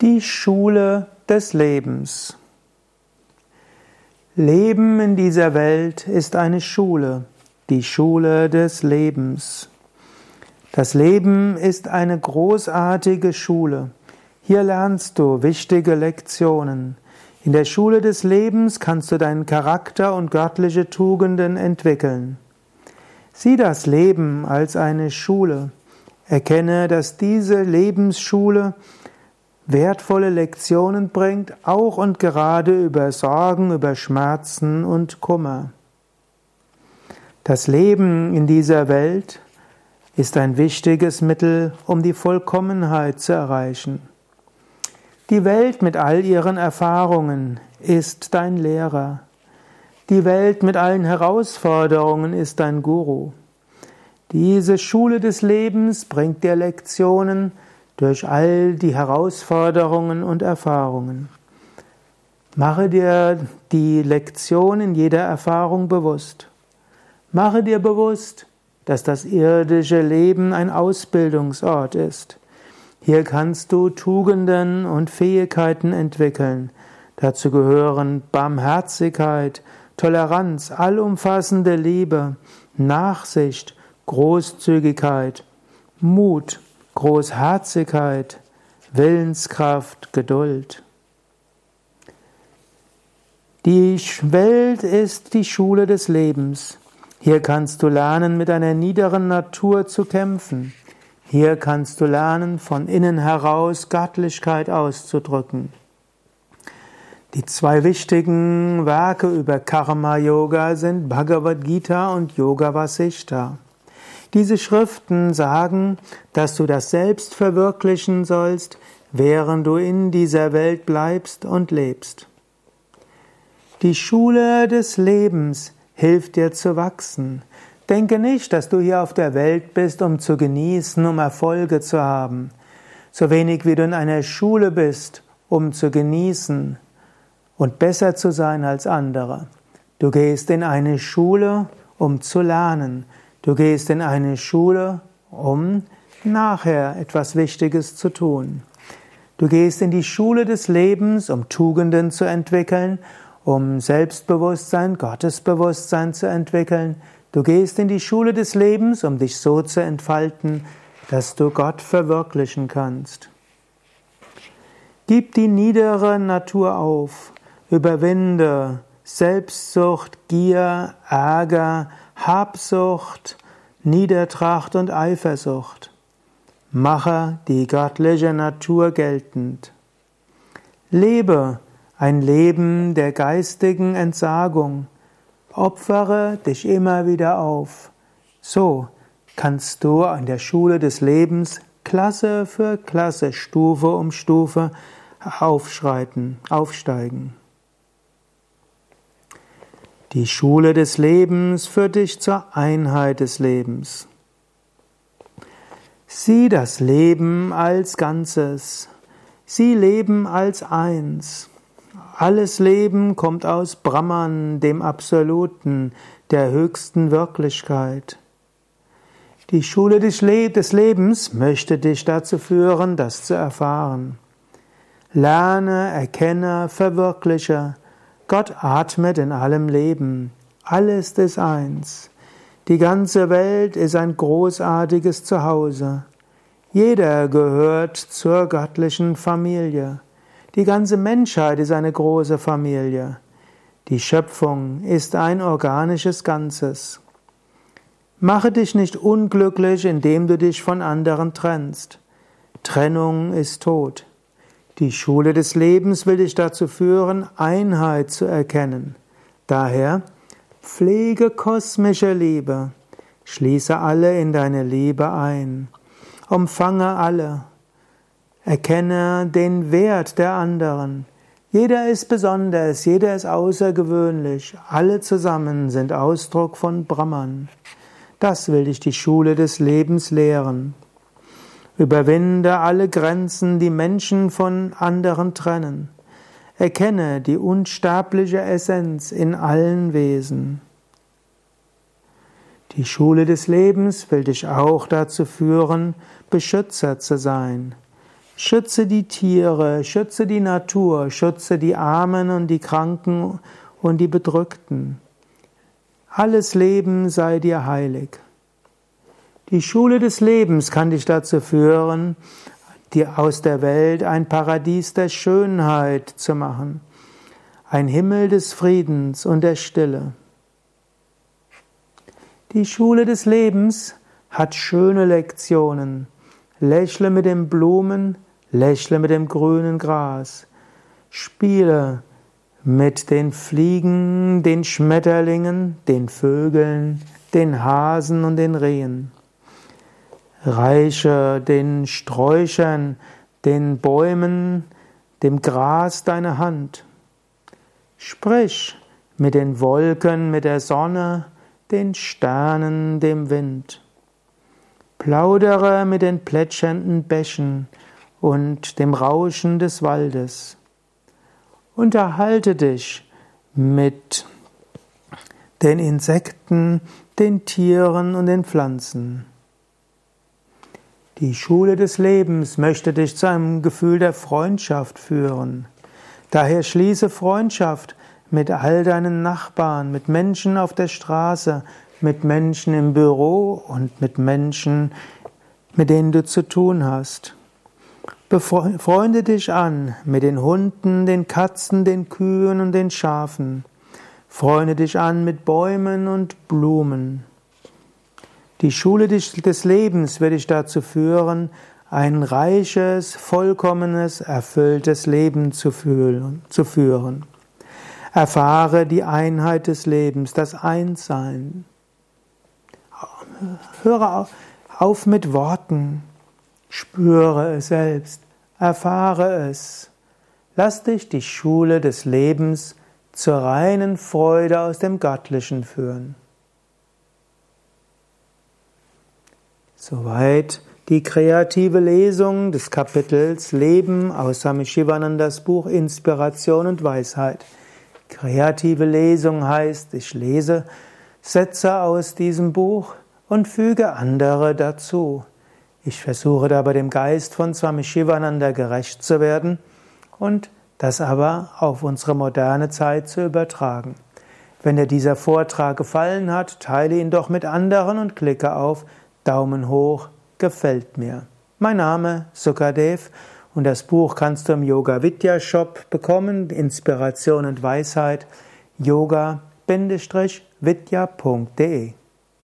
Die Schule des Lebens. Leben in dieser Welt ist eine Schule, die Schule des Lebens. Das Leben ist eine großartige Schule. Hier lernst du wichtige Lektionen. In der Schule des Lebens kannst du deinen Charakter und göttliche Tugenden entwickeln. Sieh das Leben als eine Schule. Erkenne, dass diese Lebensschule wertvolle Lektionen bringt, auch und gerade über Sorgen, über Schmerzen und Kummer. Das Leben in dieser Welt ist ein wichtiges Mittel, um die Vollkommenheit zu erreichen. Die Welt mit all ihren Erfahrungen ist dein Lehrer. Die Welt mit allen Herausforderungen ist dein Guru. Diese Schule des Lebens bringt dir Lektionen durch all die Herausforderungen und Erfahrungen. Mache dir die Lektion in jeder Erfahrung bewusst. Mache dir bewusst, dass das irdische Leben ein Ausbildungsort ist. Hier kannst du Tugenden und Fähigkeiten entwickeln. Dazu gehören Barmherzigkeit, Toleranz, allumfassende Liebe, Nachsicht, Großzügigkeit, Mut, Großherzigkeit, Willenskraft, Geduld. Die Welt ist die Schule des Lebens. Hier kannst du lernen, mit einer niederen Natur zu kämpfen. Hier kannst du lernen, von innen heraus Göttlichkeit auszudrücken. Die zwei wichtigen Werke über Karma Yoga sind Bhagavad Gita und Yoga Vasishtha. Diese Schriften sagen, dass du das Selbst verwirklichen sollst, während du in dieser Welt bleibst und lebst. Die Schule des Lebens hilft dir zu wachsen. Denke nicht, dass du hier auf der Welt bist, um zu genießen, um Erfolge zu haben. So wenig wie du in einer Schule bist, um zu genießen und besser zu sein als andere. Du gehst in eine Schule, um zu lernen. Du gehst in eine Schule, um nachher etwas Wichtiges zu tun. Du gehst in die Schule des Lebens, um Tugenden zu entwickeln, um Selbstbewusstsein, Gottesbewusstsein zu entwickeln. Du gehst in die Schule des Lebens, um dich so zu entfalten, dass du Gott verwirklichen kannst. Gib die niedere Natur auf, überwinde Selbstsucht, Gier, Ärger, Habsucht, Niedertracht und Eifersucht. Mache die göttliche Natur geltend. Lebe ein Leben der geistigen Entsagung. Opfere dich immer wieder auf. So kannst du an der Schule des Lebens Klasse für Klasse, Stufe um Stufe aufsteigen. Die Schule des Lebens führt dich zur Einheit des Lebens. Sieh das Leben als Ganzes. Sieh Leben als eins. Alles Leben kommt aus Brahman, dem Absoluten, der höchsten Wirklichkeit. Die Schule des Lebens möchte dich dazu führen, das zu erfahren. Lerne, erkenne, verwirkliche. Gott atmet in allem Leben. Alles ist eins. Die ganze Welt ist ein großartiges Zuhause. Jeder gehört zur göttlichen Familie. Die ganze Menschheit ist eine große Familie. Die Schöpfung ist ein organisches Ganzes. Mache dich nicht unglücklich, indem du dich von anderen trennst. Trennung ist Tod. Die Schule des Lebens will dich dazu führen, Einheit zu erkennen. Daher pflege kosmische Liebe. Schließe alle in deine Liebe ein. Umfange alle. Erkenne den Wert der anderen. Jeder ist besonders, jeder ist außergewöhnlich. Alle zusammen sind Ausdruck von Brahman. Das will dich die Schule des Lebens lehren. Überwinde alle Grenzen, die Menschen von anderen trennen. Erkenne die unsterbliche Essenz in allen Wesen. Die Schule des Lebens will dich auch dazu führen, Beschützer zu sein. Schütze die Tiere, schütze die Natur, schütze die Armen und die Kranken und die Bedrückten. Alles Leben sei dir heilig. Die Schule des Lebens kann dich dazu führen, dir aus der Welt ein Paradies der Schönheit zu machen, ein Himmel des Friedens und der Stille. Die Schule des Lebens hat schöne Lektionen. Lächle mit den Blumen, lächle mit dem grünen Gras. Spiele mit den Fliegen, den Schmetterlingen, den Vögeln, den Hasen und den Rehen. Reiche den Sträuchern, den Bäumen, dem Gras deine Hand. Sprich mit den Wolken, mit der Sonne, den Sternen, dem Wind. Plaudere mit den plätschernden Bächen und dem Rauschen des Waldes. Unterhalte dich mit den Insekten, den Tieren und den Pflanzen. Die Schule des Lebens möchte dich zu einem Gefühl der Freundschaft führen. Daher schließe Freundschaft mit all deinen Nachbarn, mit Menschen auf der Straße, mit Menschen im Büro und mit Menschen, mit denen du zu tun hast. Befreunde dich an mit den Hunden, den Katzen, den Kühen und den Schafen. Freunde dich an mit Bäumen und Blumen. Die Schule des Lebens wird dich dazu führen, ein reiches, vollkommenes, erfülltes Leben zu führen. Erfahre die Einheit des Lebens, das Einssein. Höre auf mit Worten. Spüre es selbst. Erfahre es. Lass dich die Schule des Lebens zur reinen Freude aus dem Göttlichen führen. Soweit die kreative Lesung des Kapitels Leben aus Swami Shivanandas Buch Inspiration und Weisheit. Kreative Lesung heißt, ich lese Sätze aus diesem Buch und füge andere dazu. Ich versuche dabei dem Geist von Swami Shivananda gerecht zu werden und das aber auf unsere moderne Zeit zu übertragen. Wenn dir dieser Vortrag gefallen hat, teile ihn doch mit anderen und klicke auf Daumen hoch, gefällt mir. Mein Name Sukadev und das Buch kannst du im Yoga Vidya Shop bekommen, Inspiration und Weisheit, yoga-vidya.de